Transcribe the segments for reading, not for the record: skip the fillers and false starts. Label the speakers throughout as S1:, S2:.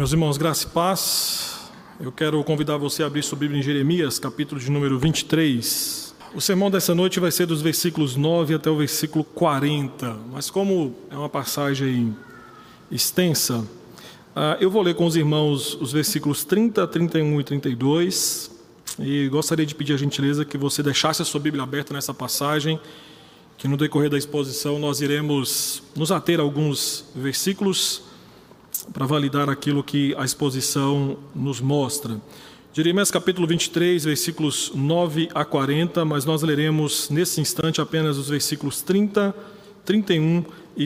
S1: Meus irmãos, graça e paz. Eu quero convidar você a abrir sua Bíblia em Jeremias, capítulo de número 23. O sermão dessa noite vai ser dos versículos 9 até o versículo 40. Mas como é uma passagem extensa, eu vou ler com os irmãos os versículos 30, 31 e 32. E gostaria de pedir a gentileza que você deixasse a sua Bíblia aberta nessa passagem, que no decorrer da exposição nós iremos nos ater a alguns versículos para validar aquilo que a exposição nos mostra. Jeremias capítulo 23, versículos 9 a 40, mas nós leremos nesse instante apenas os versículos 30, 31 e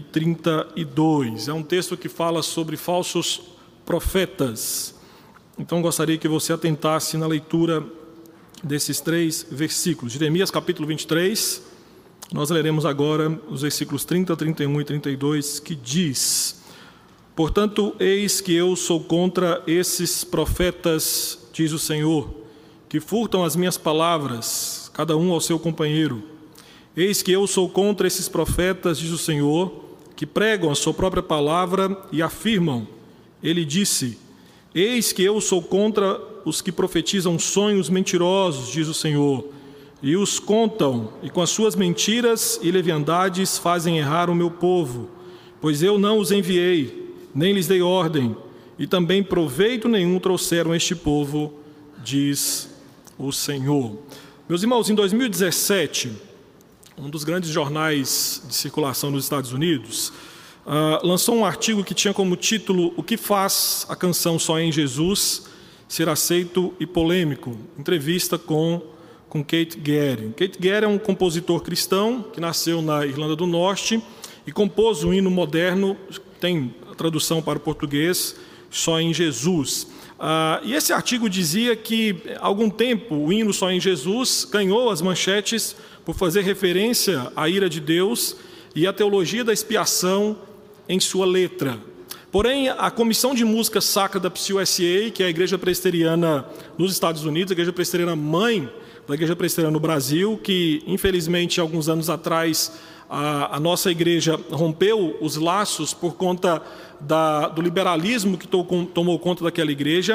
S1: 32. É um texto que fala sobre falsos profetas. Então gostaria que você atentasse na leitura desses três versículos. Jeremias capítulo 23, nós leremos agora os versículos 30, 31 e 32, que diz: Portanto, eis que eu sou contra esses profetas, diz o Senhor, que furtam as minhas palavras, cada um ao seu companheiro. Eis que eu sou contra esses profetas, diz o Senhor, que pregam a sua própria palavra e afirmam. Ele disse: Eis que eu sou contra os que profetizam sonhos mentirosos, diz o Senhor, e os contam, e com as suas mentiras e leviandades fazem errar o meu povo, pois eu não os enviei, nem lhes dei ordem, e também proveito nenhum trouxeram este povo, diz o Senhor. Meus irmãos, em 2017, um dos grandes jornais de circulação nos Estados Unidos lançou um artigo que tinha como título: O que faz a canção Só em Jesus ser aceito e polêmico? Entrevista com Keith Gary. Keith Gary é um compositor cristão que nasceu na Irlanda do Norte e compôs um hino moderno, tem a tradução para o português, Só em Jesus. E esse artigo dizia que, há algum tempo, o hino Só em Jesus ganhou as manchetes por fazer referência à ira de Deus e à teologia da expiação em sua letra. Porém, a Comissão de Música Sacra da PCUSA, que é a Igreja Presbiteriana nos Estados Unidos, a Igreja Presbiteriana mãe da Igreja Presbiteriana no Brasil, que, infelizmente, alguns anos atrás, a nossa igreja rompeu os laços por conta do liberalismo que tomou conta daquela igreja.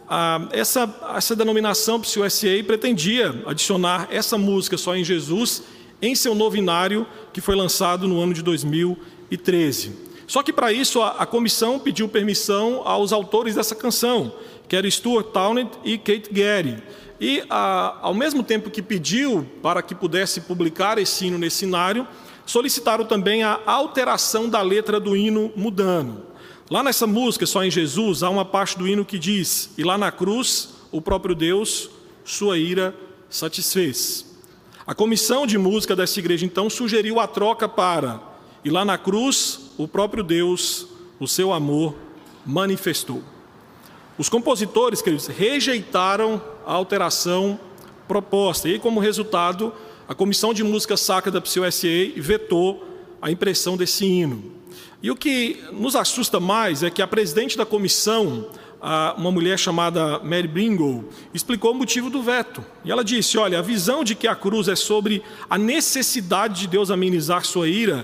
S1: Essa denominação PCUSA pretendia adicionar essa música Só em Jesus em seu novinário, que foi lançado no ano de 2013. Só que para isso a comissão pediu permissão aos autores dessa canção, que eram Stuart Townend e Keith Gary. E ao mesmo tempo que pediu para que pudesse publicar esse hino nesse cenário, solicitaram também a alteração da letra do hino mudando. Lá nessa música, Só em Jesus, há uma parte do hino que diz: E lá na cruz, o próprio Deus, sua ira satisfez. A comissão de música dessa igreja, então, sugeriu a troca para: E lá na cruz, o próprio Deus, o seu amor, manifestou. Os compositores, queridos, rejeitaram a alteração proposta. E, como resultado, a Comissão de Música Sacra da PCUSA vetou a impressão desse hino. E o que nos assusta mais é que a presidente da comissão, uma mulher chamada Mary Bringle, explicou o motivo do veto. E ela disse: olha, a visão de que a cruz é sobre a necessidade de Deus amenizar sua ira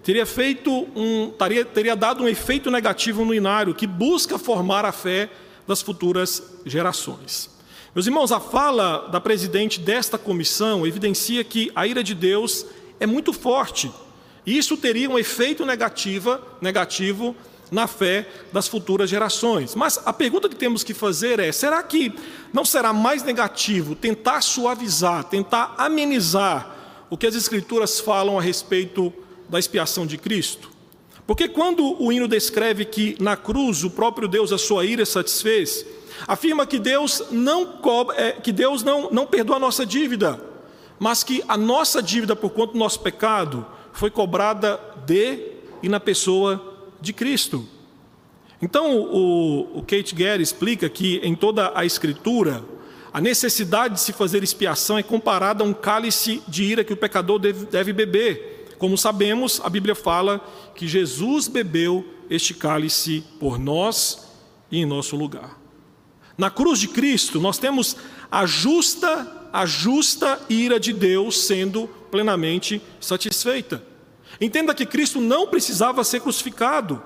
S1: teria dado um efeito negativo no inário que busca formar a fé das futuras gerações. Meus irmãos, a fala da presidente desta comissão evidencia que a ira de Deus é muito forte. E isso teria um efeito negativo na fé das futuras gerações. Mas a pergunta que temos que fazer é: será que não será mais negativo tentar suavizar, tentar amenizar o que as Escrituras falam a respeito da expiação de Cristo? Porque quando o hino descreve que na cruz o próprio Deus a sua ira satisfez, afirma que Deus não perdoa a nossa dívida, mas que a nossa dívida por conta do nosso pecado foi cobrada e na pessoa de Cristo. Então o Keith Gary explica que em toda a Escritura a necessidade de se fazer expiação é comparada a um cálice de ira que o pecador deve beber. Como sabemos, a Bíblia fala que Jesus bebeu este cálice por nós e em nosso lugar. Na cruz de Cristo, nós temos a justa ira de Deus sendo plenamente satisfeita. Entenda que Cristo não precisava ser crucificado,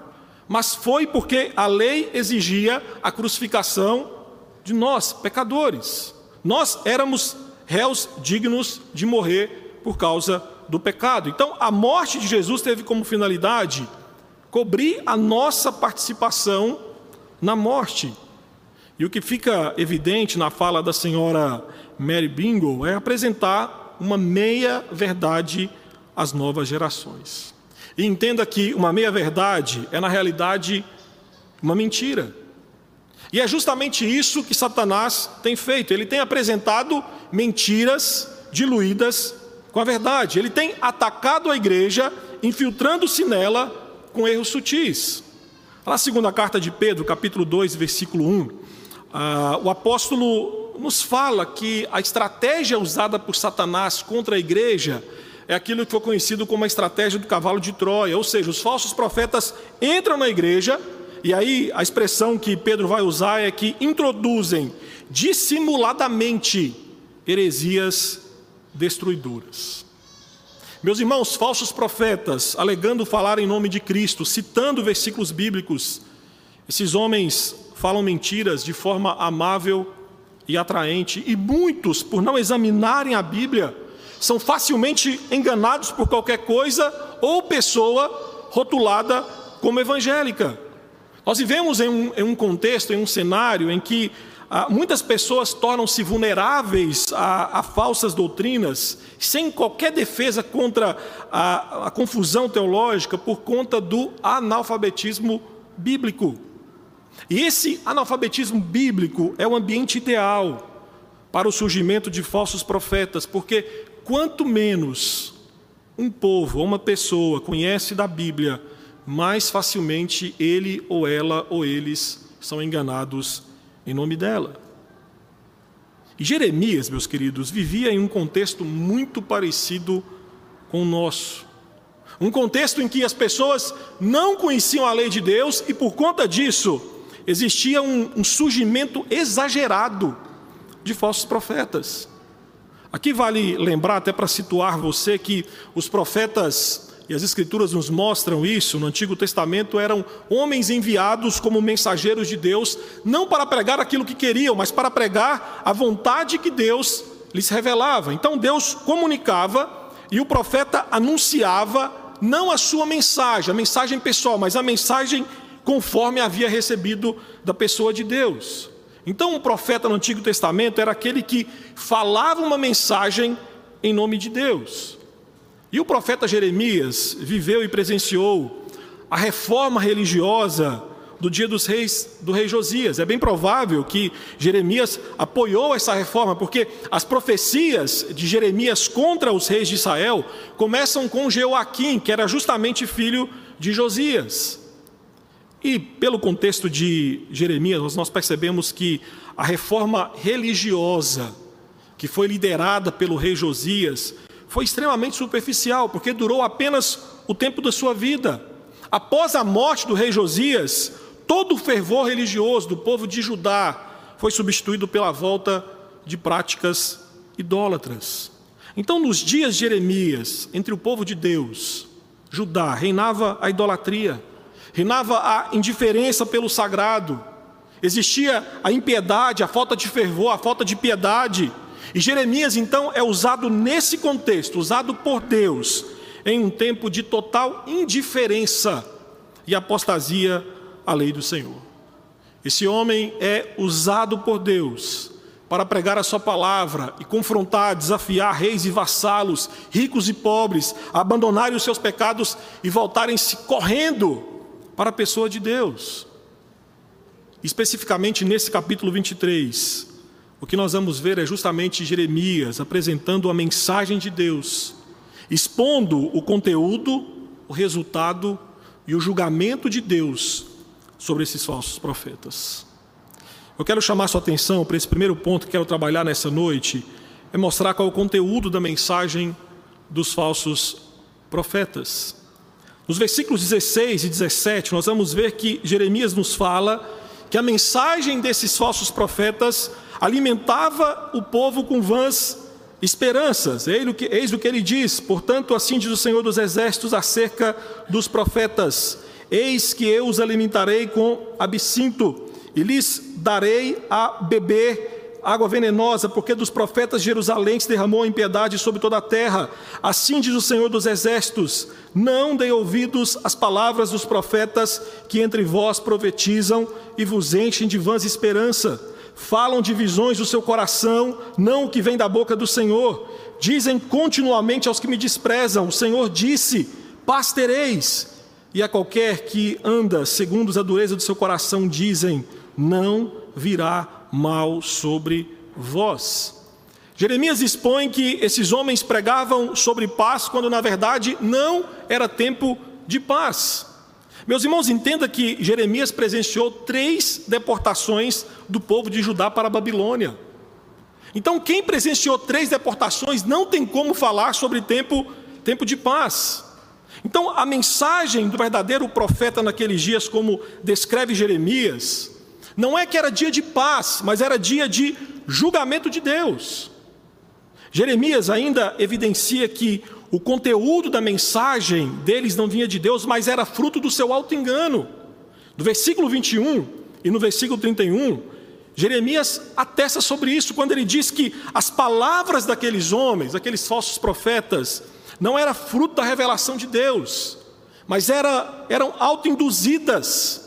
S1: mas foi porque a lei exigia a crucificação de nós, pecadores. Nós éramos réus dignos de morrer por causa do pecado. Então, a morte de Jesus teve como finalidade cobrir a nossa participação na morte. E o que fica evidente na fala da senhora Mary Bingle é apresentar uma meia-verdade às novas gerações. E entenda que uma meia-verdade é, na realidade, uma mentira. E é justamente isso que Satanás tem feito. Ele tem apresentado mentiras diluídas com a verdade. Ele tem atacado a igreja, infiltrando-se nela com erros sutis. Na segunda carta de Pedro, capítulo 2, versículo 1, o apóstolo nos fala que a estratégia usada por Satanás contra a igreja é aquilo que foi conhecido como a estratégia do cavalo de Troia, ou seja, os falsos profetas entram na igreja, e aí a expressão que Pedro vai usar é que introduzem dissimuladamente heresias destruidoras. Meus irmãos, falsos profetas, alegando falar em nome de Cristo, citando versículos bíblicos, esses homens falam mentiras de forma amável e atraente, e muitos, por não examinarem a Bíblia, são facilmente enganados por qualquer coisa ou pessoa rotulada como evangélica. Nós vivemos em um contexto, em um cenário em que muitas pessoas tornam-se vulneráveis a falsas doutrinas, sem qualquer defesa contra a confusão teológica, por conta do analfabetismo bíblico. E esse analfabetismo bíblico é o ambiente ideal para o surgimento de falsos profetas, porque quanto menos um povo ou uma pessoa conhece da Bíblia, mais facilmente ele ou ela ou eles são enganados em nome dela. E Jeremias, meus queridos, vivia em um contexto muito parecido com o nosso. Um contexto em que as pessoas não conheciam a lei de Deus e, por conta disso, existia um surgimento exagerado de falsos profetas. Aqui vale lembrar, até para situar você, que os profetas, e as Escrituras nos mostram isso, no Antigo Testamento eram homens enviados como mensageiros de Deus, não para pregar aquilo que queriam, mas para pregar a vontade que Deus lhes revelava. Então Deus comunicava e o profeta anunciava não a sua mensagem, a mensagem pessoal, mas a mensagem conforme havia recebido da pessoa de Deus. Então o profeta no Antigo Testamento era aquele que falava uma mensagem em nome de Deus. E o profeta Jeremias viveu e presenciou a reforma religiosa do dia dos reis, do rei Josias. É bem provável que Jeremias apoiou essa reforma, porque as profecias de Jeremias contra os reis de Israel começam com Jeoaquim, que era justamente filho de Josias. E pelo contexto de Jeremias, nós percebemos que a reforma religiosa que foi liderada pelo rei Josias foi extremamente superficial, porque durou apenas o tempo da sua vida. Após a morte do rei Josias, todo o fervor religioso do povo de Judá foi substituído pela volta de práticas idólatras. Então, nos dias de Jeremias, entre o povo de Deus, Judá, reinava a idolatria, reinava a indiferença pelo sagrado, existia a impiedade, a falta de fervor, a falta de piedade. E Jeremias, então, é usado nesse contexto, usado por Deus, em um tempo de total indiferença e apostasia à lei do Senhor. Esse homem é usado por Deus para pregar a sua palavra e confrontar, desafiar reis e vassalos, ricos e pobres, a abandonarem os seus pecados e voltarem-se correndo para a pessoa de Deus. Especificamente nesse capítulo 23, o que nós vamos ver é justamente Jeremias apresentando a mensagem de Deus, expondo o conteúdo, o resultado e o julgamento de Deus sobre esses falsos profetas. Eu quero chamar sua atenção para esse primeiro ponto que quero trabalhar nessa noite, é mostrar qual é o conteúdo da mensagem dos falsos profetas. Nos versículos 16 e 17, nós vamos ver que Jeremias nos fala que a mensagem desses falsos profetas alimentava o povo com vãs esperanças. Eis o que ele diz: portanto, assim diz o Senhor dos Exércitos acerca dos profetas: eis que eu os alimentarei com absinto, e lhes darei a beber água venenosa, porque dos profetas de Jerusalém se derramou a impiedade sobre toda a terra. Assim diz o Senhor dos Exércitos: não dei ouvidos às palavras dos profetas que entre vós profetizam e vos enchem de vãs esperança. Falam de visões do seu coração, não o que vem da boca do Senhor. Dizem continuamente aos que me desprezam: o Senhor disse, paz tereis. E a qualquer que anda segundo a dureza do seu coração dizem: não virá mal sobre vós. Jeremias expõe que esses homens pregavam sobre paz, quando na verdade não era tempo de paz. Meus irmãos, entenda que Jeremias presenciou 3 deportações do povo de Judá para a Babilônia. Então, quem presenciou 3 deportações não tem como falar sobre tempo de paz. Então, a mensagem do verdadeiro profeta naqueles dias, como descreve Jeremias, não é que era dia de paz, mas era dia de julgamento de Deus. Jeremias ainda evidencia que o conteúdo da mensagem deles não vinha de Deus, mas era fruto do seu auto-engano. No versículo 21 e no versículo 31, Jeremias atesta sobre isso, quando ele diz que as palavras daqueles homens, aqueles falsos profetas, não era fruto da revelação de Deus, mas eram auto-induzidas.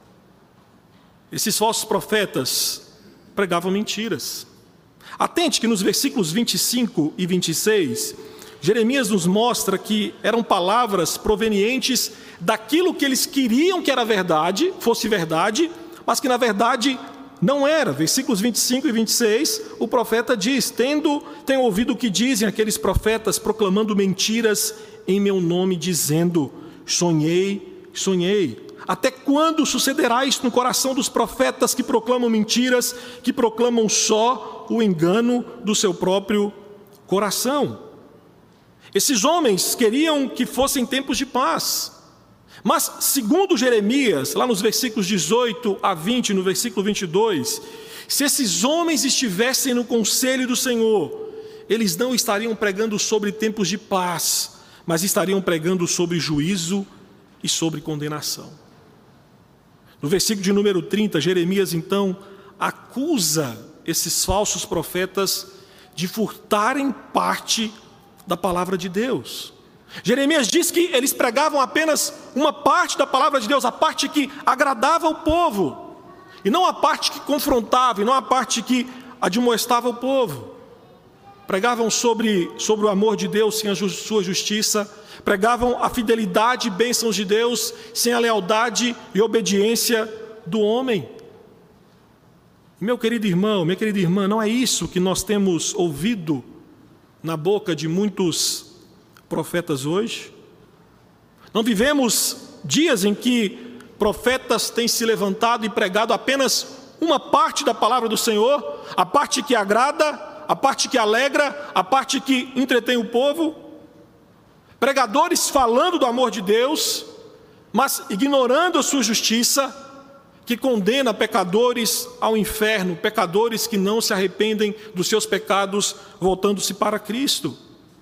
S1: Esses falsos profetas pregavam mentiras. Atente que nos versículos 25 e 26, Jeremias nos mostra que eram palavras provenientes daquilo que eles queriam que era verdade, fosse verdade, mas que na verdade não era. Versículos 25 e 26, o profeta diz: tenho ouvido o que dizem aqueles profetas proclamando mentiras em meu nome, dizendo: sonhei. Até quando sucederá isto no coração dos profetas que proclamam mentiras, que proclamam só o engano do seu próprio coração? Esses homens queriam que fossem tempos de paz, mas segundo Jeremias, lá nos versículos 18 a 20, no versículo 22, se esses homens estivessem no conselho do Senhor, eles não estariam pregando sobre tempos de paz, mas estariam pregando sobre juízo e sobre condenação. No versículo de número 30, Jeremias então acusa esses falsos profetas de furtarem parte da palavra de Deus. Jeremias diz que eles pregavam apenas uma parte da palavra de Deus, a parte que agradava o povo, e não a parte que confrontava, e não a parte que admoestava o povo. Pregavam sobre o amor de Deus sem a sua justiça, pregavam a fidelidade e bênçãos de Deus sem a lealdade e obediência do homem. Meu querido irmão, minha querida irmã, não é isso que nós temos ouvido na boca de muitos profetas hoje? Não vivemos dias em que profetas têm se levantado e pregado apenas uma parte da palavra do Senhor, a parte que agrada, a parte que alegra, a parte que entretém o povo? Pregadores falando do amor de Deus, mas ignorando a sua justiça, que condena pecadores ao inferno, pecadores que não se arrependem dos seus pecados, voltando-se para Cristo.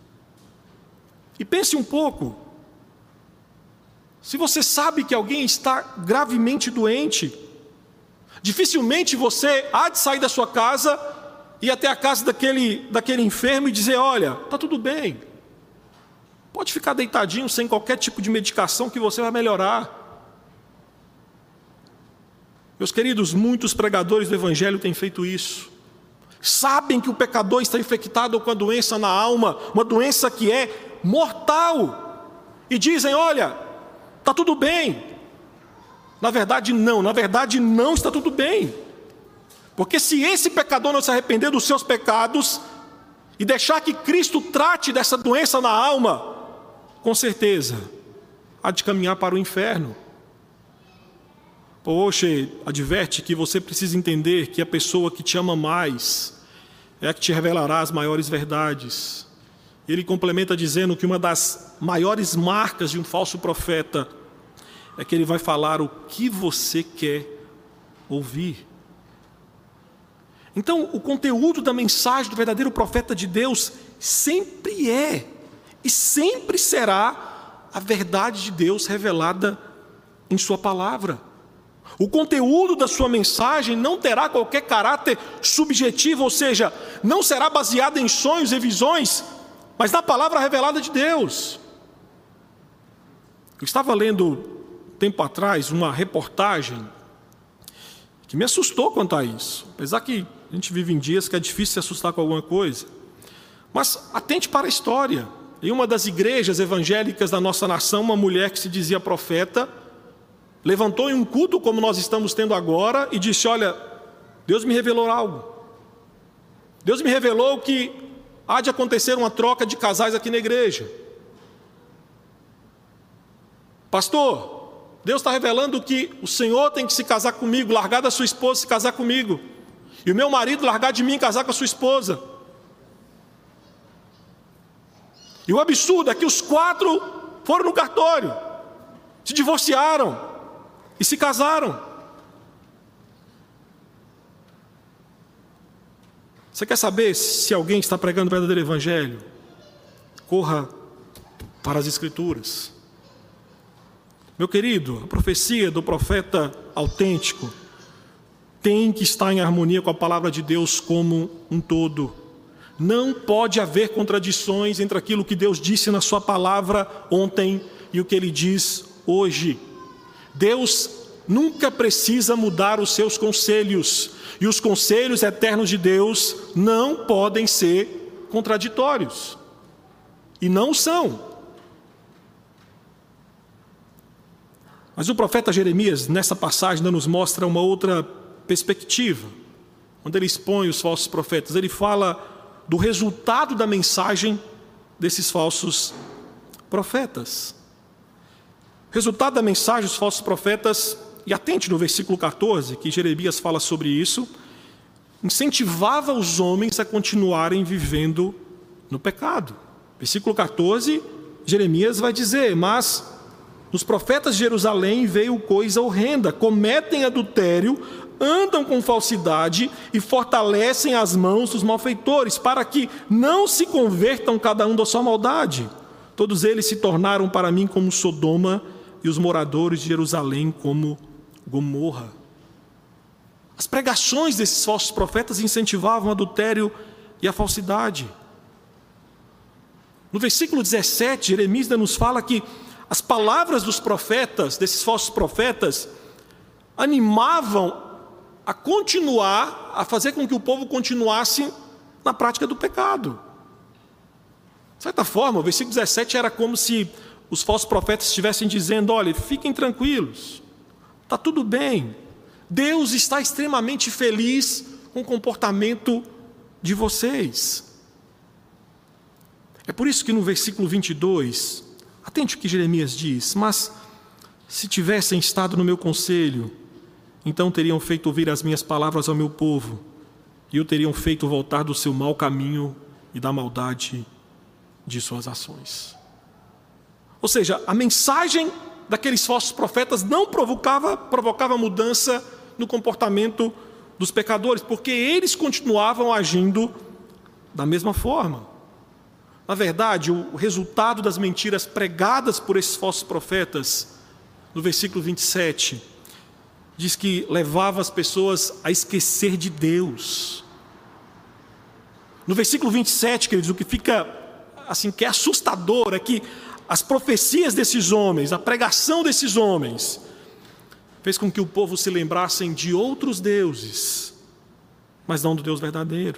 S1: E pense um pouco, se você sabe que alguém está gravemente doente, dificilmente você há de sair da sua casa e ir até a casa daquele enfermo e dizer: olha, está tudo bem, pode ficar deitadinho sem qualquer tipo de medicação que você vai melhorar. Meus queridos, muitos pregadores do Evangelho têm feito isso. Sabem que o pecador está infectado com a doença na alma, uma doença que é mortal, e dizem: olha, está tudo bem. Na verdade não está tudo bem. Porque se esse pecador não se arrepender dos seus pecados e deixar que Cristo trate dessa doença na alma, com certeza há de caminhar para o inferno. Poxa, adverte que você precisa entender que a pessoa que te ama mais é a que te revelará as maiores verdades. Ele complementa dizendo que uma das maiores marcas de um falso profeta é que ele vai falar o que você quer ouvir. Então, o conteúdo da mensagem do verdadeiro profeta de Deus sempre é e sempre será a verdade de Deus revelada em sua palavra. O conteúdo da sua mensagem não terá qualquer caráter subjetivo, ou seja, não será baseado em sonhos e visões, mas na palavra revelada de Deus. Eu estava lendo tempo atrás uma reportagem que me assustou quanto a isso, apesar que a gente vive em dias que é difícil se assustar com alguma coisa. Mas atente para a história. Em uma das igrejas evangélicas da nossa nação, uma mulher que se dizia profeta levantou em um culto como nós estamos tendo agora e disse: olha, Deus me revelou algo. Deus me revelou que há de acontecer uma troca de casais aqui na igreja. Pastor, Deus está revelando que o Senhor tem que se casar comigo, largar da sua esposa e se casar comigo. E o meu marido largar de mim e casar com a sua esposa. E o absurdo é que os 4 foram no cartório, se divorciaram e se casaram. Você quer saber se alguém está pregando o verdadeiro evangelho? Corra para as Escrituras. Meu querido, a profecia do profeta autêntico tem que estar em harmonia com a palavra de Deus como um todo. Não pode haver contradições entre aquilo que Deus disse na sua palavra ontem e o que Ele diz hoje. Deus nunca precisa mudar os seus conselhos, e os conselhos eternos de Deus não podem ser contraditórios, e não são. Mas o profeta Jeremias, nessa passagem, nos mostra uma outra perspectiva, onde ele expõe os falsos profetas. Ele fala do resultado da mensagem desses falsos profetas. O resultado da mensagem dos falsos profetas, e atente no versículo 14, que Jeremias fala sobre isso, incentivava os homens a continuarem vivendo no pecado. Versículo 14, Jeremias vai dizer: mas nos profetas de Jerusalém veio coisa horrenda, cometem adultério, andam com falsidade e fortalecem as mãos dos malfeitores, para que não se convertam cada um da sua maldade. Todos eles se tornaram para mim como Sodoma e os moradores de Jerusalém como Gomorra. As pregações desses falsos profetas incentivavam o adultério e a falsidade. No versículo 17, Jeremias nos fala que as palavras dos profetas, desses falsos profetas, animavam a continuar, a fazer com que o povo continuasse na prática do pecado. De certa forma, o versículo 17 era como se os falsos profetas estivessem dizendo: olha, fiquem tranquilos, está tudo bem, Deus está extremamente feliz com o comportamento de vocês. É por isso que no versículo 22, atente o que Jeremias diz: mas se tivessem estado no meu conselho, então teriam feito ouvir as minhas palavras ao meu povo, e o teriam feito voltar do seu mau caminho e da maldade de suas ações. Ou seja, a mensagem daqueles falsos profetas não provocava mudança no comportamento dos pecadores, porque eles continuavam agindo da mesma forma. Na verdade, o resultado das mentiras pregadas por esses falsos profetas, no versículo 27, diz que levava as pessoas a esquecer de Deus. No versículo 27, queridos, o que fica assim, que é assustador é que as profecias desses homens, a pregação desses homens, fez com que o povo se lembrassem de outros deuses, mas não do Deus verdadeiro.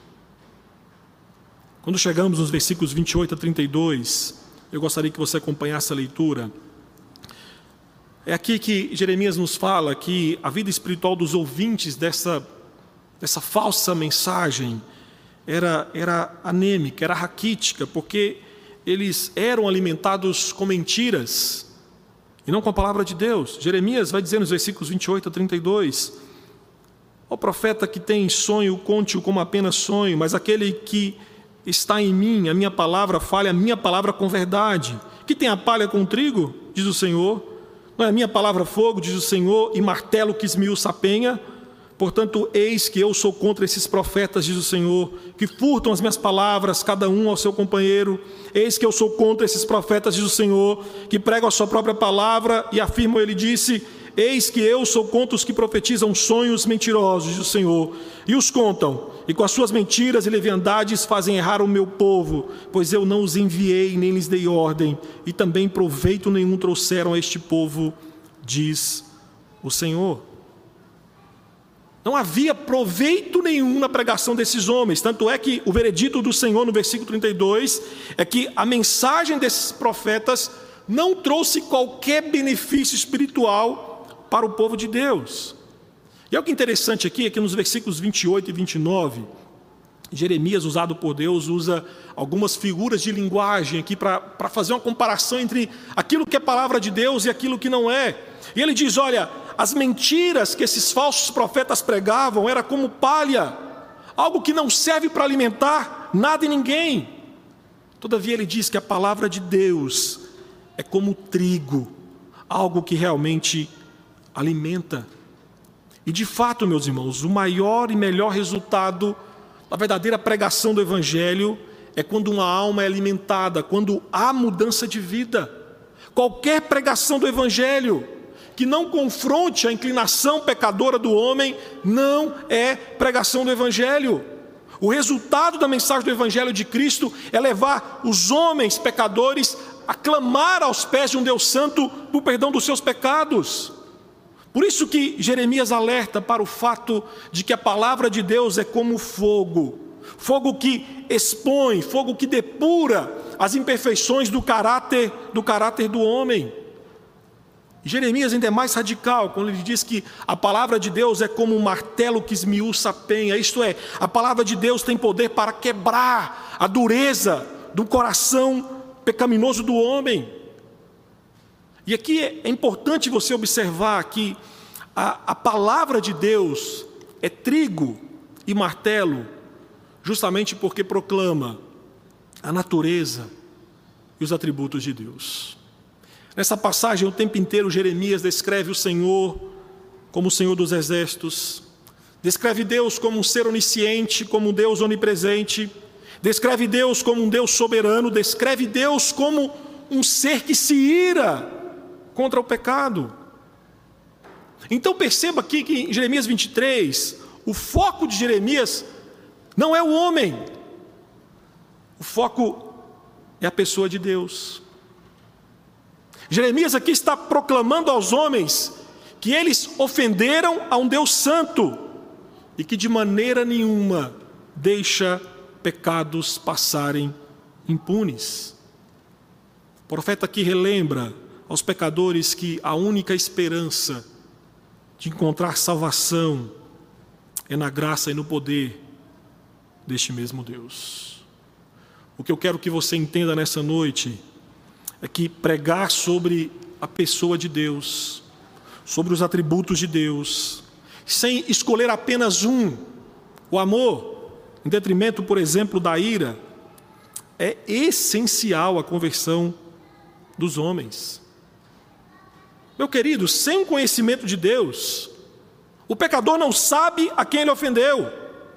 S1: Quando chegamos nos versículos 28 a 32, eu gostaria que você acompanhasse a leitura. É aqui que Jeremias nos fala que a vida espiritual dos ouvintes dessa falsa mensagem era anêmica, era raquítica, porque eles eram alimentados com mentiras e não com a palavra de Deus. Jeremias vai dizer nos versículos 28 a 32: ó profeta que tem sonho, conte-o como apenas sonho, mas aquele que está em mim, a minha palavra, fale a minha palavra com verdade. Que tem a palha com o trigo, diz o Senhor. Não é a minha palavra fogo, diz o Senhor, e martelo que esmiuça a penha? Portanto, eis que eu sou contra esses profetas, diz o Senhor, que furtam as minhas palavras, cada um ao seu companheiro. Eis que eu sou contra esses profetas, diz o Senhor, que pregam a sua própria palavra e afirmam, ele disse, eis que eu sou contra os que profetizam sonhos mentirosos, diz o Senhor, e os contam, e com as suas mentiras e leviandades fazem errar o meu povo, pois eu não os enviei, nem lhes dei ordem, e também proveito nenhum trouxeram a este povo, diz o Senhor. Não havia proveito nenhum na pregação desses homens, tanto é que o veredito do Senhor no versículo 32 é que a mensagem desses profetas não trouxe qualquer benefício espiritual para o povo de Deus. E o que é interessante aqui é que nos versículos 28 e 29, Jeremias, usado por Deus, usa algumas figuras de linguagem aqui para fazer uma comparação entre aquilo que é palavra de Deus e aquilo que não é. E ele diz, olha, as mentiras que esses falsos profetas pregavam era como palha, algo que não serve para alimentar nada e ninguém. Todavia ele diz que a palavra de Deus é como trigo, algo que realmente alimenta. E de fato, meus irmãos, o maior e melhor resultado da verdadeira pregação do Evangelho é quando uma alma é alimentada, quando há mudança de vida. Qualquer pregação do Evangelho que não confronte a inclinação pecadora do homem não é pregação do Evangelho. O resultado da mensagem do Evangelho de Cristo é levar os homens pecadores a clamar aos pés de um Deus Santo por perdão dos seus pecados. Por isso que Jeremias alerta para o fato de que a palavra de Deus é como fogo, fogo que expõe, fogo que depura as imperfeições do caráter do homem. Jeremias ainda é mais radical quando ele diz que a palavra de Deus é como um martelo que esmiuça a penha, isto é, a palavra de Deus tem poder para quebrar a dureza do coração pecaminoso do homem. E aqui é importante você observar que a palavra de Deus é trigo e martelo, justamente porque proclama a natureza e os atributos de Deus. Nessa passagem, o tempo inteiro, Jeremias descreve o Senhor como o Senhor dos exércitos, descreve Deus como um ser onisciente, como um Deus onipresente, descreve Deus como um Deus soberano, descreve Deus como um ser que se ira contra o pecado. Então perceba aqui que em Jeremias 23, o foco de Jeremias não é o homem, o foco é a pessoa de Deus. Jeremias aqui está proclamando aos homens que eles ofenderam a um Deus santo e que de maneira nenhuma deixa pecados passarem impunes. O profeta aqui relembra aos pecadores que a única esperança de encontrar salvação é na graça e no poder deste mesmo Deus. O que eu quero que você entenda nessa noite é que pregar sobre a pessoa de Deus, sobre os atributos de Deus, sem escolher apenas um, o amor, em detrimento, por exemplo, da ira, é essencial à conversão dos homens. Meu querido, sem o conhecimento de Deus, o pecador não sabe a quem ele ofendeu.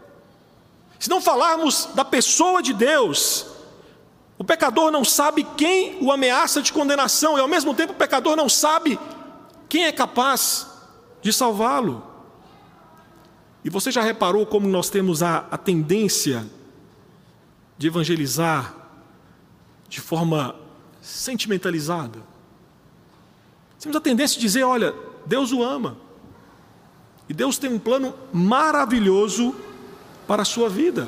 S1: Se não falarmos da pessoa de Deus, o pecador não sabe quem o ameaça de condenação e, ao mesmo tempo, o pecador não sabe quem é capaz de salvá-lo. E você já reparou como nós temos a tendência de evangelizar de forma sentimentalizada? Temos a tendência de dizer, olha, Deus o ama. E Deus tem um plano maravilhoso para a sua vida.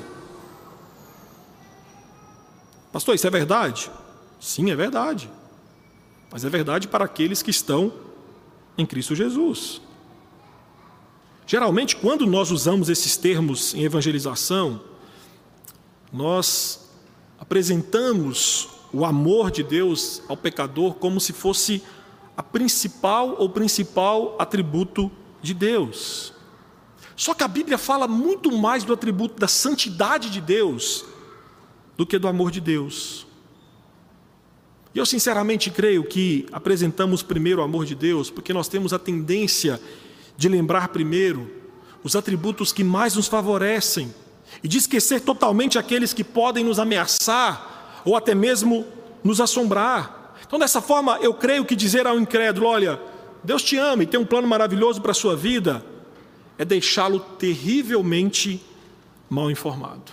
S1: Pastor, isso é verdade? Sim, é verdade. Mas é verdade para aqueles que estão em Cristo Jesus. Geralmente, quando nós usamos esses termos em evangelização, nós apresentamos o amor de Deus ao pecador como se fosse a principal ou principal atributo de Deus. Só que a Bíblia fala muito mais do atributo da santidade de Deus do que do amor de Deus. E eu sinceramente creio que apresentamos primeiro o amor de Deus porque nós temos a tendência de lembrar primeiro os atributos que mais nos favorecem e de esquecer totalmente aqueles que podem nos ameaçar ou até mesmo nos assombrar. Então, dessa forma, eu creio que dizer ao incrédulo: olha, Deus te ama e tem um plano maravilhoso para a sua vida, é deixá-lo terrivelmente mal informado.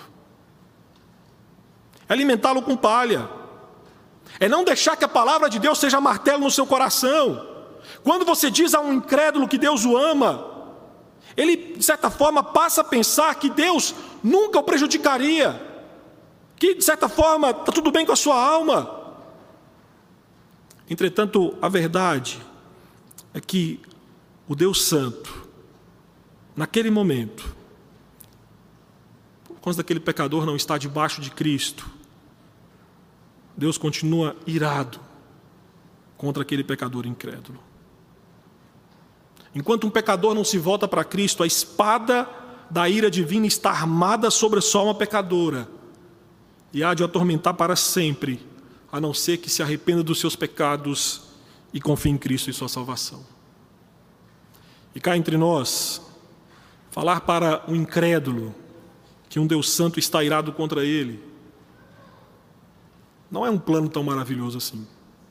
S1: É alimentá-lo com palha. É não deixar que a palavra de Deus seja martelo no seu coração. Quando você diz a um incrédulo que Deus o ama, ele, de certa forma, passa a pensar que Deus nunca o prejudicaria, que, de certa forma, está tudo bem com a sua alma. Entretanto, a verdade é que o Deus Santo, naquele momento, quando aquele pecador não está debaixo de Cristo, Deus continua irado contra aquele pecador incrédulo. Enquanto um pecador não se volta para Cristo, a espada da ira divina está armada sobre a sua alma pecadora e há de o atormentar para sempre, a não ser que se arrependa dos seus pecados e confie em Cristo e sua salvação. E cá entre nós, falar para um incrédulo que um Deus Santo está irado contra ele, não é um plano tão maravilhoso assim.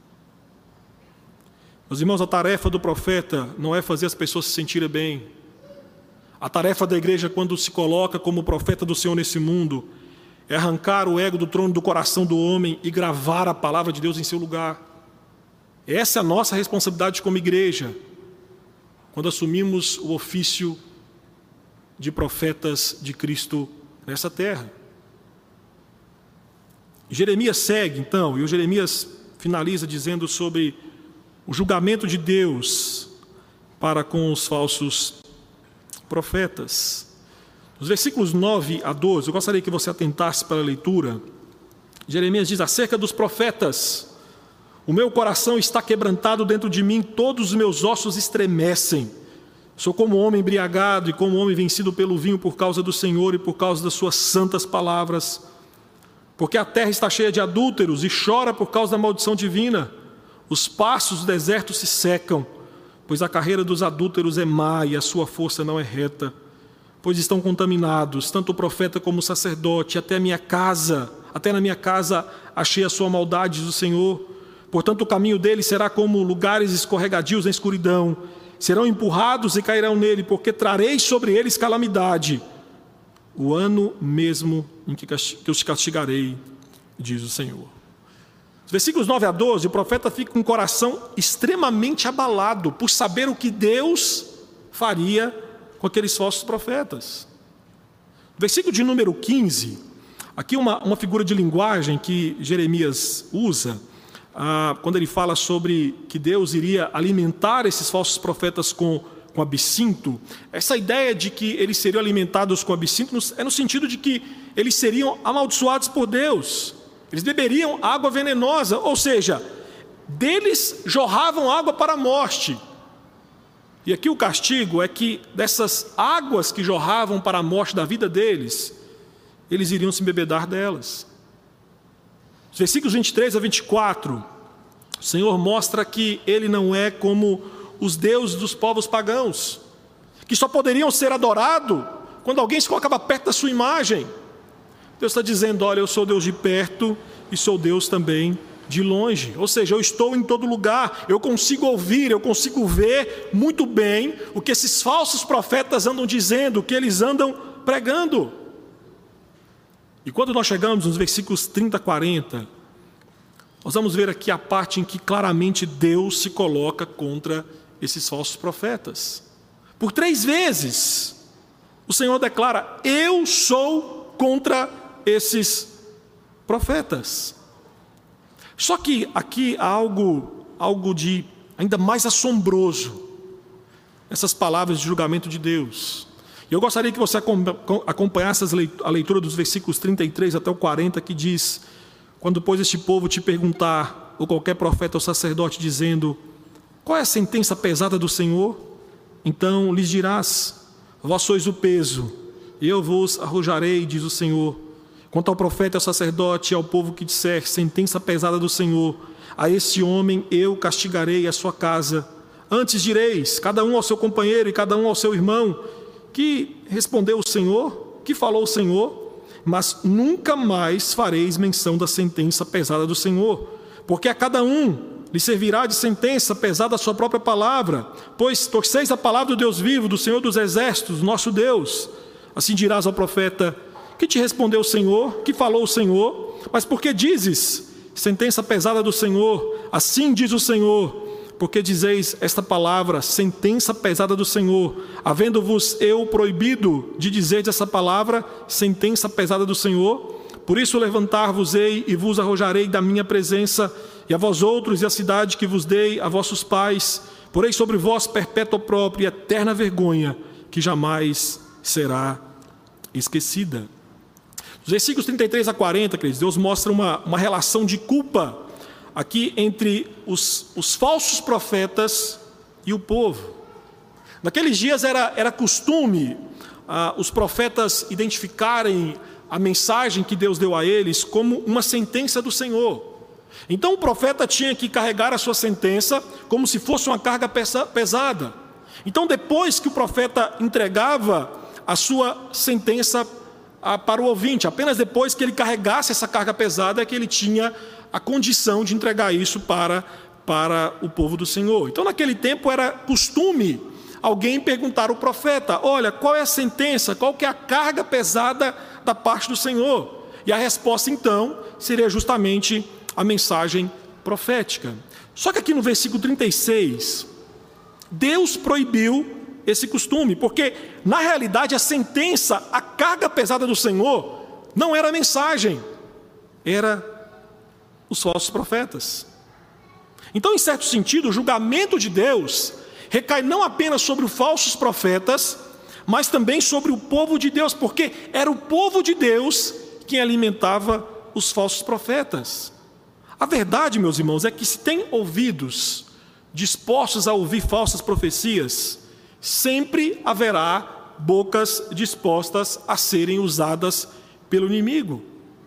S1: Meus irmãos, a tarefa do profeta não é fazer as pessoas se sentirem bem. A tarefa da igreja, quando se coloca como profeta do Senhor nesse mundo, é arrancar o ego do trono do coração do homem e gravar a palavra de Deus em seu lugar. Essa é a nossa responsabilidade como igreja, quando assumimos o ofício de profetas de Cristo nessa terra. Jeremias segue, então, e o Jeremias finaliza dizendo sobre o julgamento de Deus para com os falsos profetas. Nos versículos 9 a 12, eu gostaria que você atentasse para a leitura. Jeremias diz: acerca dos profetas, o meu coração está quebrantado dentro de mim, todos os meus ossos estremecem. Sou como homem embriagado e como homem vencido pelo vinho por causa do Senhor e por causa das suas santas palavras. Porque a terra está cheia de adúlteros e chora por causa da maldição divina. Os pastos do deserto se secam, pois a carreira dos adúlteros é má e a sua força não é reta. Pois estão contaminados, tanto o profeta como o sacerdote, até na minha casa achei a sua maldade, diz o Senhor. Portanto, o caminho deles será como lugares escorregadios na escuridão. Serão empurrados e cairão nele, porque trarei sobre eles calamidade. O ano mesmo em que os castigarei, diz o Senhor. Versículos 9 a 12, o profeta fica com o coração extremamente abalado por saber o que Deus faria com aqueles falsos profetas. Versículo de número 15, aqui uma figura de linguagem que Jeremias usa, quando ele fala sobre que Deus iria alimentar esses falsos profetas com absinto. Essa ideia de que eles seriam alimentados com absinto é no sentido de que eles seriam amaldiçoados por Deus. Eles beberiam água venenosa, ou seja, deles jorravam água para a morte. E aqui o castigo é que dessas águas que jorravam para a morte da vida deles, eles iriam se embebedar delas. Os versículos 23 a 24, o Senhor mostra que Ele não é como os deuses dos povos pagãos, que só poderiam ser adorados quando alguém se colocava perto da sua imagem. Deus está dizendo: olha, eu sou Deus de perto e sou Deus também de longe. Ou seja, eu estou em todo lugar, eu consigo ouvir, eu consigo ver muito bem o que esses falsos profetas andam dizendo, o que eles andam pregando. E quando nós chegamos nos versículos 30 a 40, nós vamos ver aqui a parte em que claramente Deus se coloca contra esses falsos profetas. Por 3 vezes, o Senhor declara: eu sou contra esses profetas. Só que aqui há algo de ainda mais assombroso, essas palavras de julgamento de Deus. E eu gostaria que você acompanhasse a leitura dos versículos 33 até o 40, que diz: quando, pois, este povo te perguntar, ou qualquer profeta ou sacerdote, dizendo: qual é a sentença pesada do Senhor? Então lhes dirás: vós sois o peso, e eu vos arrojarei, diz o Senhor. Quanto ao profeta e ao sacerdote e ao povo que disser: sentença pesada do Senhor, a esse homem eu castigarei a sua casa. Antes direis, cada um ao seu companheiro e cada um ao seu irmão: que respondeu o Senhor, que falou o Senhor, mas nunca mais fareis menção da sentença pesada do Senhor, porque a cada um lhe servirá de sentença pesada a sua própria palavra, pois torceis a palavra do Deus vivo, do Senhor dos exércitos, nosso Deus. Assim dirás ao profeta: que te respondeu o Senhor, que falou o Senhor? Mas por que dizes, sentença pesada do Senhor? Assim diz o Senhor: porque dizeis esta palavra, sentença pesada do Senhor, havendo-vos eu proibido de dizer essa palavra, sentença pesada do Senhor? Por isso levantar-vos-ei e vos arrojarei da minha presença, e a vós outros e a cidade que vos dei a vossos pais, porei sobre vós perpétua própria e eterna vergonha, que jamais será esquecida. Nos versículos 33 a 40, queridos, Deus mostra uma relação de culpa aqui entre os falsos profetas e o povo. Naqueles dias era costume os profetas identificarem a mensagem que Deus deu a eles como uma sentença do Senhor. Então o profeta tinha que carregar a sua sentença como se fosse uma carga pesada. Então depois que o profeta entregava a sua sentença para o ouvinte, apenas depois que ele carregasse essa carga pesada é que ele tinha a condição de entregar isso para o povo do Senhor. Então naquele tempo era costume alguém perguntar ao profeta: olha, qual é a sentença, qual que é a carga pesada da parte do Senhor? E a resposta então seria justamente a mensagem profética. Só que aqui no versículo 36, Deus proibiu esse costume, porque na realidade a sentença, a carga pesada do Senhor, não era a mensagem, era os falsos profetas. Então, em certo sentido, o julgamento de Deus recai não apenas sobre os falsos profetas, mas também sobre o povo de Deus, porque era o povo de Deus quem alimentava os falsos profetas. A verdade, meus irmãos, é que se tem ouvidos dispostos a ouvir falsas profecias, sempre haverá bocas dispostas a serem usadas pelo inimigo.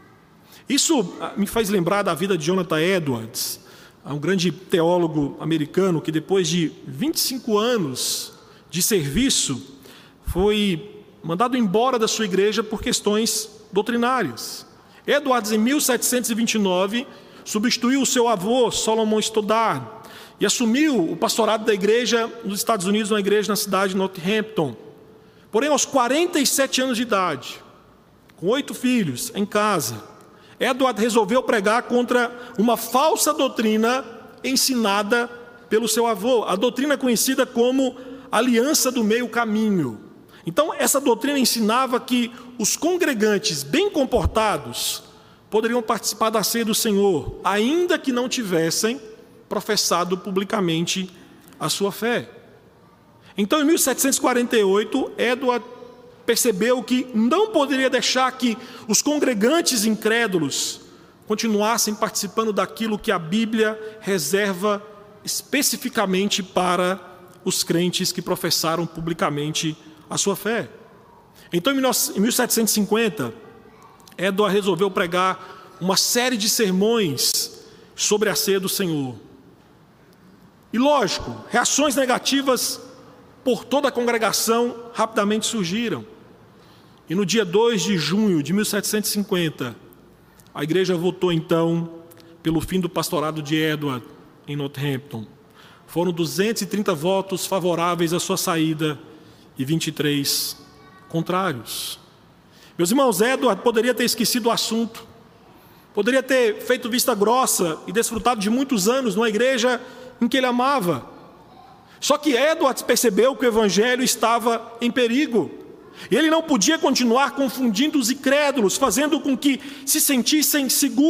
S1: Isso me faz lembrar da vida de Jonathan Edwards, um grande teólogo americano que depois de 25 anos de serviço foi mandado embora da sua igreja por questões doutrinárias. Edwards, em 1729, substituiu o seu avô, Solomon Stoddard, e assumiu o pastorado da igreja nos Estados Unidos, uma igreja na cidade de Northampton. Porém, aos 47 anos de idade, com 8 filhos em casa, Edward resolveu pregar contra uma falsa doutrina ensinada pelo seu avô, a doutrina conhecida como aliança do meio caminho. Então, essa doutrina ensinava que os congregantes bem comportados poderiam participar da ceia do Senhor, ainda que não tivessem professado publicamente a sua fé. Então, em 1748, Edward percebeu que não poderia deixar que os congregantes incrédulos continuassem participando daquilo que a Bíblia reserva especificamente para os crentes que professaram publicamente a sua fé. Então, em 1750, Edward resolveu pregar uma série de sermões sobre a ceia do Senhor. E lógico, reações negativas por toda a congregação rapidamente surgiram. E no dia 2 de junho de 1750, a igreja votou então pelo fim do pastorado de Edward em Northampton. Foram 230 votos favoráveis à sua saída e 23 contrários. Meus irmãos, Edward poderia ter esquecido o assunto, poderia ter feito vista grossa e desfrutado de muitos anos numa igreja em que ele amava. Só que Edward percebeu que o evangelho estava em perigo. E ele não podia continuar confundindo os incrédulos, fazendo com que se sentissem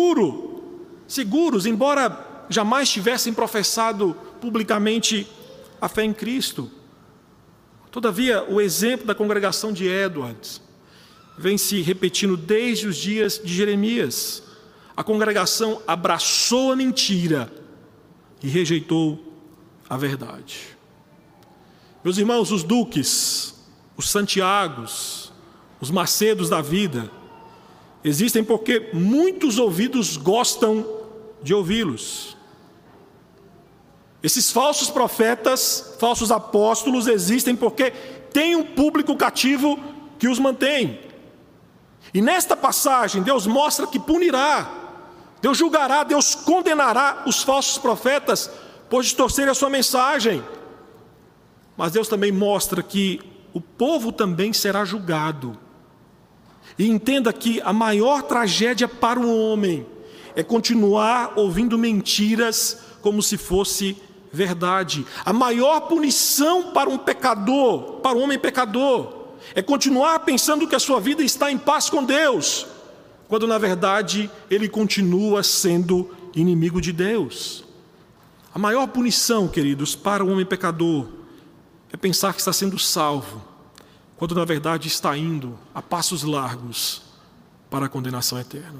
S1: seguros, embora jamais tivessem professado publicamente a fé em Cristo. Todavia, o exemplo da congregação de Edward vem se repetindo desde os dias de Jeremias. A congregação abraçou a mentira e rejeitou a verdade. Meus irmãos, os Duques, os Santiagos, os Macedos da vida, existem porque muitos ouvidos gostam de ouvi-los. Esses falsos profetas, falsos apóstolos existem porque tem um público cativo que os mantém. E nesta passagem, Deus mostra que punirá, Deus julgará, Deus condenará os falsos profetas por distorcerem a sua mensagem. Mas Deus também mostra que o povo também será julgado. E entenda que a maior tragédia para o homem é continuar ouvindo mentiras como se fosse verdade. A maior punição para um pecador, para um homem pecador, é continuar pensando que a sua vida está em paz com Deus, quando na verdade ele continua sendo inimigo de Deus. A maior punição, queridos, para o homem pecador é pensar que está sendo salvo, quando na verdade está indo a passos largos para a condenação eterna.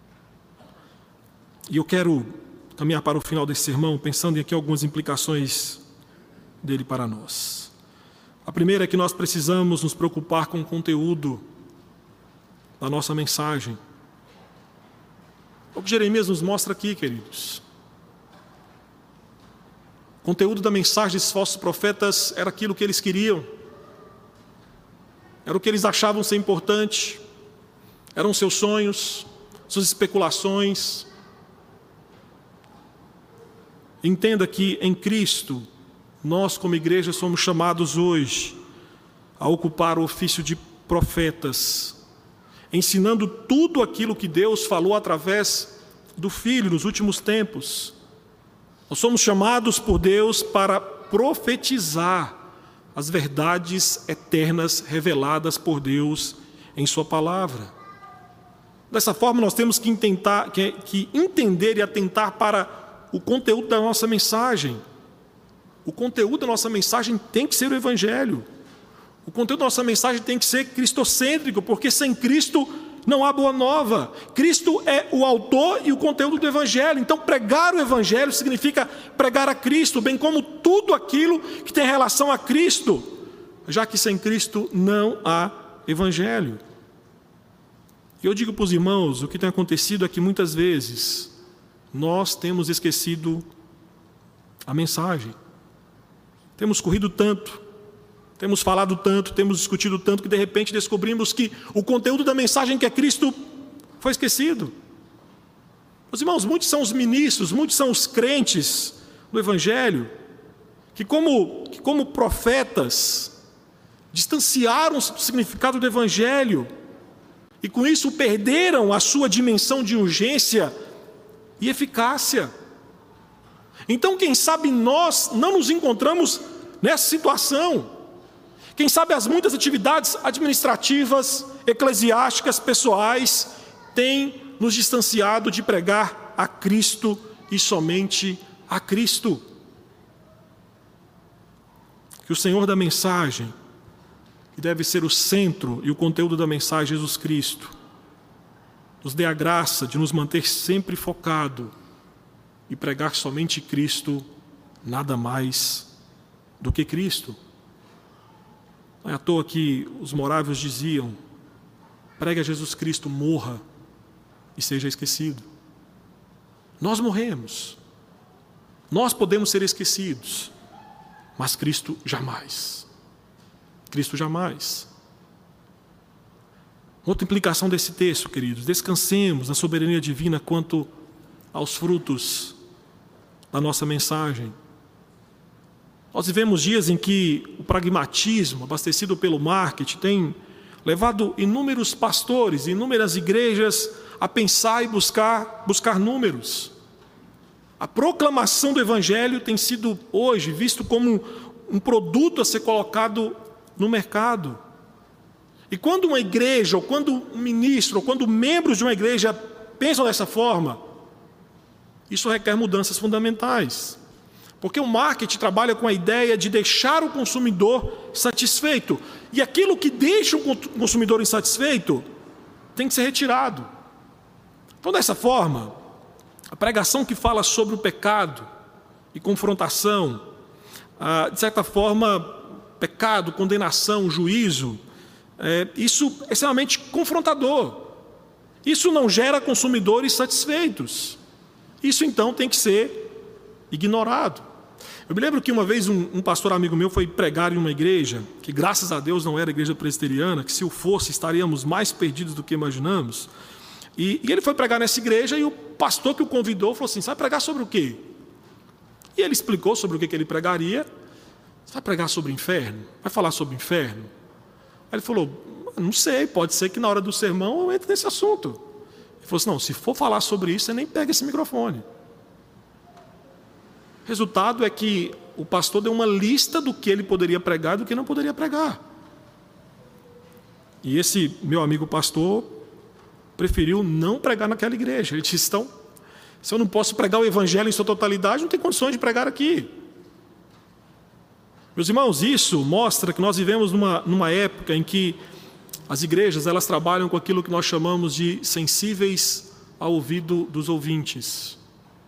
S1: E eu quero caminhar para o final desse sermão, pensando em aqui algumas implicações dele para nós. A primeira é que nós precisamos nos preocupar com o conteúdo da nossa mensagem. O que Jeremias nos mostra aqui, queridos. O conteúdo da mensagem desses falsos profetas era aquilo que eles queriam, era o que eles achavam ser importante, eram seus sonhos, suas especulações. Entenda que em Cristo, nós como igreja somos chamados hoje a ocupar o ofício de profetas, ensinando tudo aquilo que Deus falou através do Filho nos últimos tempos. Nós somos chamados por Deus para profetizar as verdades eternas reveladas por Deus em sua palavra. Dessa forma, nós temos que entender e atentar para o conteúdo da nossa mensagem. O conteúdo da nossa mensagem tem que ser o Evangelho. O conteúdo da nossa mensagem tem que ser cristocêntrico, porque sem Cristo não há boa nova. Cristo é o autor e o conteúdo do Evangelho. Então, pregar o Evangelho significa pregar a Cristo, bem como tudo aquilo que tem relação a Cristo, já que sem Cristo não há Evangelho. E eu digo para os irmãos, o que tem acontecido é que muitas vezes nós temos esquecido a mensagem. Temos corrido tanto, temos falado tanto, temos discutido tanto, que de repente descobrimos que o conteúdo da mensagem que é Cristo foi esquecido. Os irmãos, muitos são os ministros, muitos são os crentes do Evangelho, que como profetas, distanciaram-se do significado do Evangelho, e com isso perderam a sua dimensão de urgência e eficácia. Então, quem sabe nós não nos encontramos nessa situação. Quem sabe as muitas atividades administrativas, eclesiásticas, pessoais, têm nos distanciado de pregar a Cristo e somente a Cristo. Que o Senhor da mensagem, que deve ser o centro e o conteúdo da mensagem, Jesus Cristo, nos dê a graça de nos manter sempre focado e pregar somente Cristo, nada mais do que Cristo. Não é à toa que os morávios diziam: pregue a Jesus Cristo, morra e seja esquecido. Nós morremos, nós podemos ser esquecidos, mas Cristo jamais. Cristo jamais. Outra implicação desse texto, queridos: descansemos na soberania divina quanto aos frutos da nossa mensagem. Nós vivemos dias em que o pragmatismo, abastecido pelo marketing, tem levado inúmeros pastores, inúmeras igrejas a pensar e buscar números. A proclamação do Evangelho tem sido hoje visto como um produto a ser colocado no mercado. E quando uma igreja, ou quando um ministro, ou quando membros de uma igreja pensam dessa forma, isso requer mudanças fundamentais. Porque o marketing trabalha com a ideia de deixar o consumidor satisfeito. E aquilo que deixa o consumidor insatisfeito tem que ser retirado. Então, dessa forma, a pregação que fala sobre o pecado e confrontação, de certa forma, pecado, condenação, juízo, isso é extremamente confrontador. Isso não gera consumidores satisfeitos. Isso, então, tem que ser ignorado. Eu me lembro que uma vez um pastor amigo meu foi pregar em uma igreja, que graças a Deus não era igreja presbiteriana, que se o fosse estaríamos mais perdidos do que imaginamos. E ele foi pregar nessa igreja e o pastor que o convidou falou assim: você vai pregar sobre o quê? E ele explicou sobre o que ele pregaria. Você vai pregar sobre o inferno? Vai falar sobre o inferno? Aí ele falou: não sei, pode ser que na hora do sermão eu entre nesse assunto. Ele falou assim: não, se for falar sobre isso, você nem pega esse microfone. O resultado é que o pastor deu uma lista do que ele poderia pregar e do que não poderia pregar. E esse meu amigo pastor preferiu não pregar naquela igreja. Ele disse: então, se eu não posso pregar o evangelho em sua totalidade, não tenho condições de pregar aqui. Meus irmãos, isso mostra que nós vivemos numa época em que as igrejas elas trabalham com aquilo que nós chamamos de sensíveis ao ouvido dos ouvintes.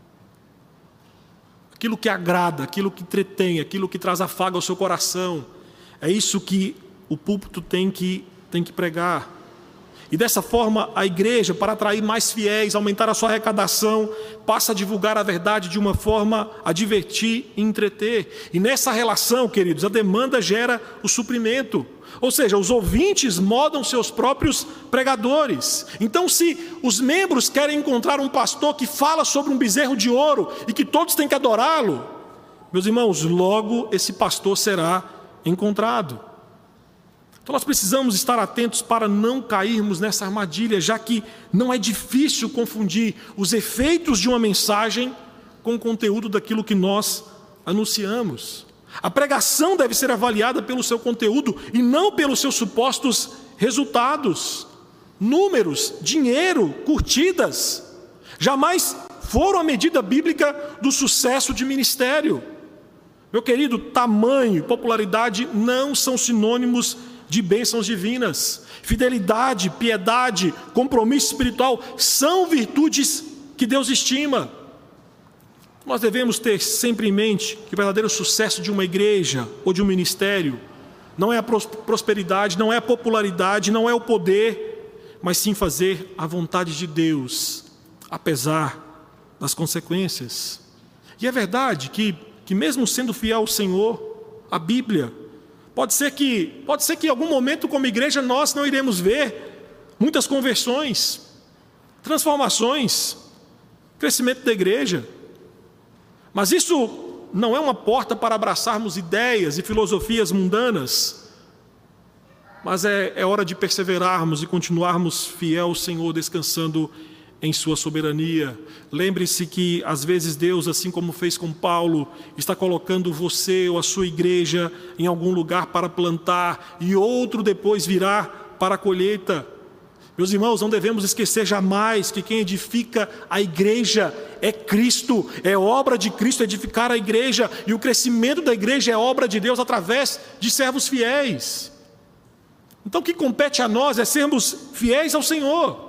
S1: Aquilo que agrada, aquilo que entretém, aquilo que traz afago ao seu coração. É isso que o púlpito tem que pregar. E dessa forma, a igreja, para atrair mais fiéis, aumentar a sua arrecadação, passa a divulgar a verdade de uma forma a divertir e entreter. E nessa relação, queridos, a demanda gera o suprimento. Ou seja, os ouvintes modam seus próprios pregadores. Então, se os membros querem encontrar um pastor que fala sobre um bezerro de ouro e que todos têm que adorá-lo, meus irmãos, logo esse pastor será encontrado. Então nós precisamos estar atentos para não cairmos nessa armadilha, já que não é difícil confundir os efeitos de uma mensagem com o conteúdo daquilo que nós anunciamos. A pregação deve ser avaliada pelo seu conteúdo e não pelos seus supostos resultados. Números, dinheiro, curtidas, jamais foram a medida bíblica do sucesso de ministério. Meu querido, tamanho e popularidade não são sinônimos de bênçãos divinas. Fidelidade, piedade, compromisso espiritual são virtudes que Deus estima. Nós devemos ter sempre em mente que o verdadeiro sucesso de uma igreja ou de um ministério não é a prosperidade, não é a popularidade, não é o poder, mas sim fazer a vontade de Deus, apesar das consequências. E é verdade que mesmo sendo fiel ao Senhor, a Bíblia, pode ser que em algum momento como igreja nós não iremos ver muitas conversões, transformações, crescimento da igreja. Mas isso não é uma porta para abraçarmos ideias e filosofias mundanas, mas é hora de perseverarmos e continuarmos fiel ao Senhor, descansando em sua soberania. Lembre-se que às vezes Deus, assim como fez com Paulo, está colocando você ou a sua igreja em algum lugar para plantar e outro depois virá para a colheita. Meus irmãos, não devemos esquecer jamais que quem edifica a igreja é Cristo, é obra de Cristo edificar a igreja, e o crescimento da igreja é obra de Deus através de servos fiéis. Então o que compete a nós é sermos fiéis ao Senhor,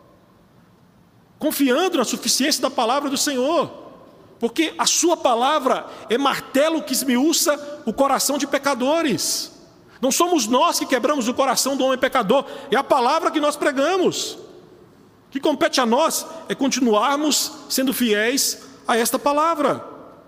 S1: confiando na suficiência da palavra do Senhor, porque a sua palavra é martelo que esmiuça o coração de pecadores. Não somos nós que quebramos o coração do homem pecador, é a palavra que nós pregamos. O que compete a nós é continuarmos sendo fiéis a esta palavra.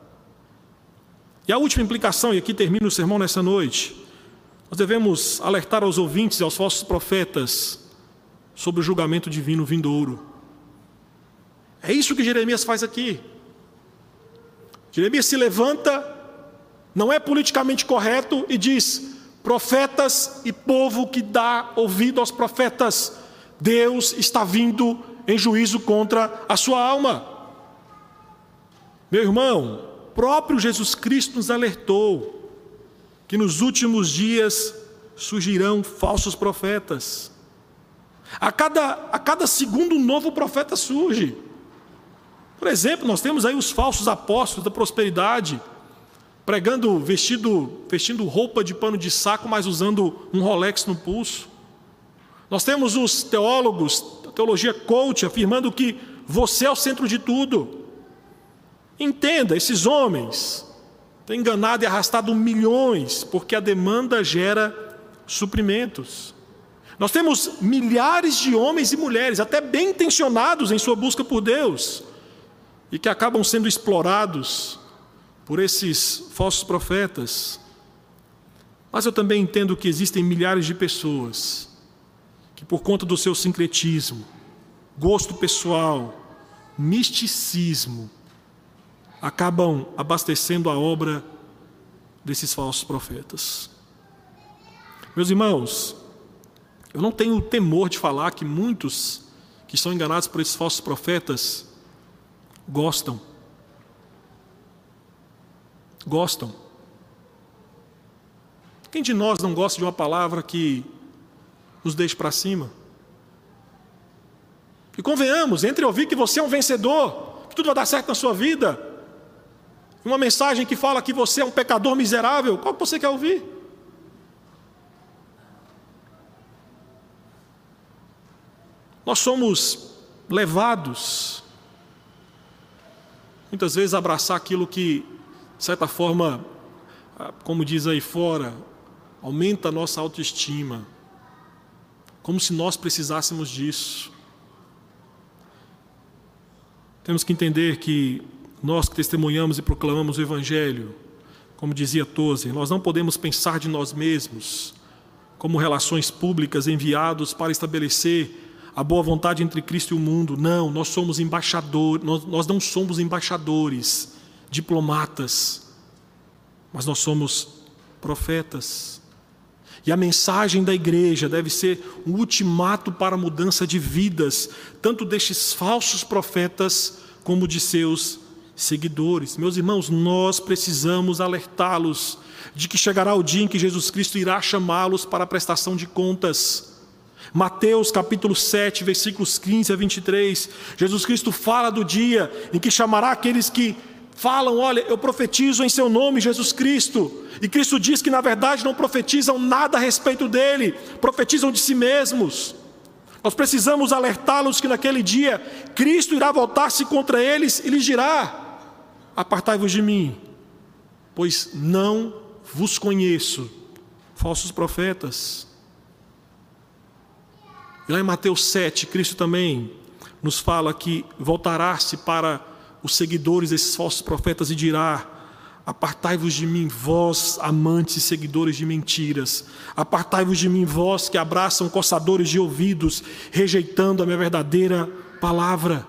S1: E a última implicação, e aqui termina o sermão nessa noite, nós devemos alertar aos ouvintes e aos falsos profetas sobre o julgamento divino vindouro. É isso que Jeremias faz aqui. Jeremias se levanta, não é politicamente correto, e diz: profetas e povo que dá ouvido aos profetas, Deus está vindo em juízo contra a sua alma. Meu irmão, próprio Jesus Cristo nos alertou que nos últimos dias surgirão falsos profetas. A cada segundo um novo profeta surge. Por exemplo, nós temos aí os falsos apóstolos da prosperidade, pregando, vestindo roupa de pano de saco, mas usando um Rolex no pulso. Nós temos os teólogos, a teologia coach, afirmando que você é o centro de tudo. Entenda, esses homens têm enganado e arrastado milhões, porque a demanda gera suprimentos. Nós temos milhares de homens e mulheres, até bem intencionados em sua busca por Deus, e que acabam sendo explorados por esses falsos profetas, mas eu também entendo que existem milhares de pessoas que, por conta do seu sincretismo, gosto pessoal, misticismo, acabam abastecendo a obra desses falsos profetas. Meus irmãos, eu não tenho temor de falar que muitos que são enganados por esses falsos profetas gostam. Quem de nós não gosta de uma palavra que nos deixe para cima? E convenhamos, entre ouvir que você é um vencedor, que tudo vai dar certo na sua vida, e uma mensagem que fala que você é um pecador miserável, qual que você quer ouvir? Nós somos levados, muitas vezes, a abraçar aquilo que, de certa forma, como diz aí fora, aumenta a nossa autoestima, como se nós precisássemos disso. Temos que entender que nós que testemunhamos e proclamamos o Evangelho, como dizia Tozer, nós não podemos pensar de nós mesmos como relações públicas enviados para estabelecer a boa vontade entre Cristo e o mundo. Não, nós somos embaixadores, nós não somos embaixadores, diplomatas, mas nós somos profetas. E a mensagem da igreja deve ser um ultimato para a mudança de vidas, tanto destes falsos profetas como de seus seguidores. Meus irmãos, nós precisamos alertá-los de que chegará o dia em que Jesus Cristo irá chamá-los para a prestação de contas. Mateus capítulo 7, versículos 15 a 23, Jesus Cristo fala do dia em que chamará aqueles que falam: olha, eu profetizo em seu nome, Jesus Cristo. E Cristo diz que na verdade não profetizam nada a respeito dele, profetizam de si mesmos. Nós precisamos alertá-los que naquele dia Cristo irá voltar-se contra eles e lhes dirá: apartai-vos de mim, pois não vos conheço, falsos profetas. E lá em Mateus 7, Cristo também nos fala que voltará-se para os seguidores desses falsos profetas e dirá: apartai-vos de mim, vós amantes e seguidores de mentiras. Apartai-vos de mim, vós que abraçam coçadores de ouvidos, rejeitando a minha verdadeira palavra.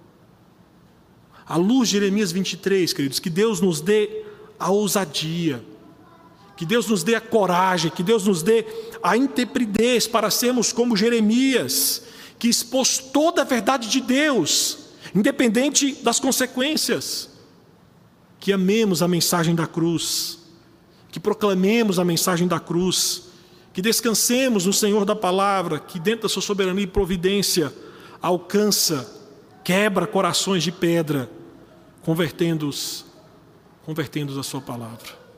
S1: À luz de Jeremias 23, queridos, que Deus nos dê a ousadia, que Deus nos dê a coragem, que Deus nos dê a intrepidez para sermos como Jeremias, que expôs toda a verdade de Deus, independente das consequências. Que amemos a mensagem da cruz, que proclamemos a mensagem da cruz, que descansemos no Senhor da palavra, que dentro da sua soberania e providência alcança, quebra corações de pedra, convertendo-os à sua palavra.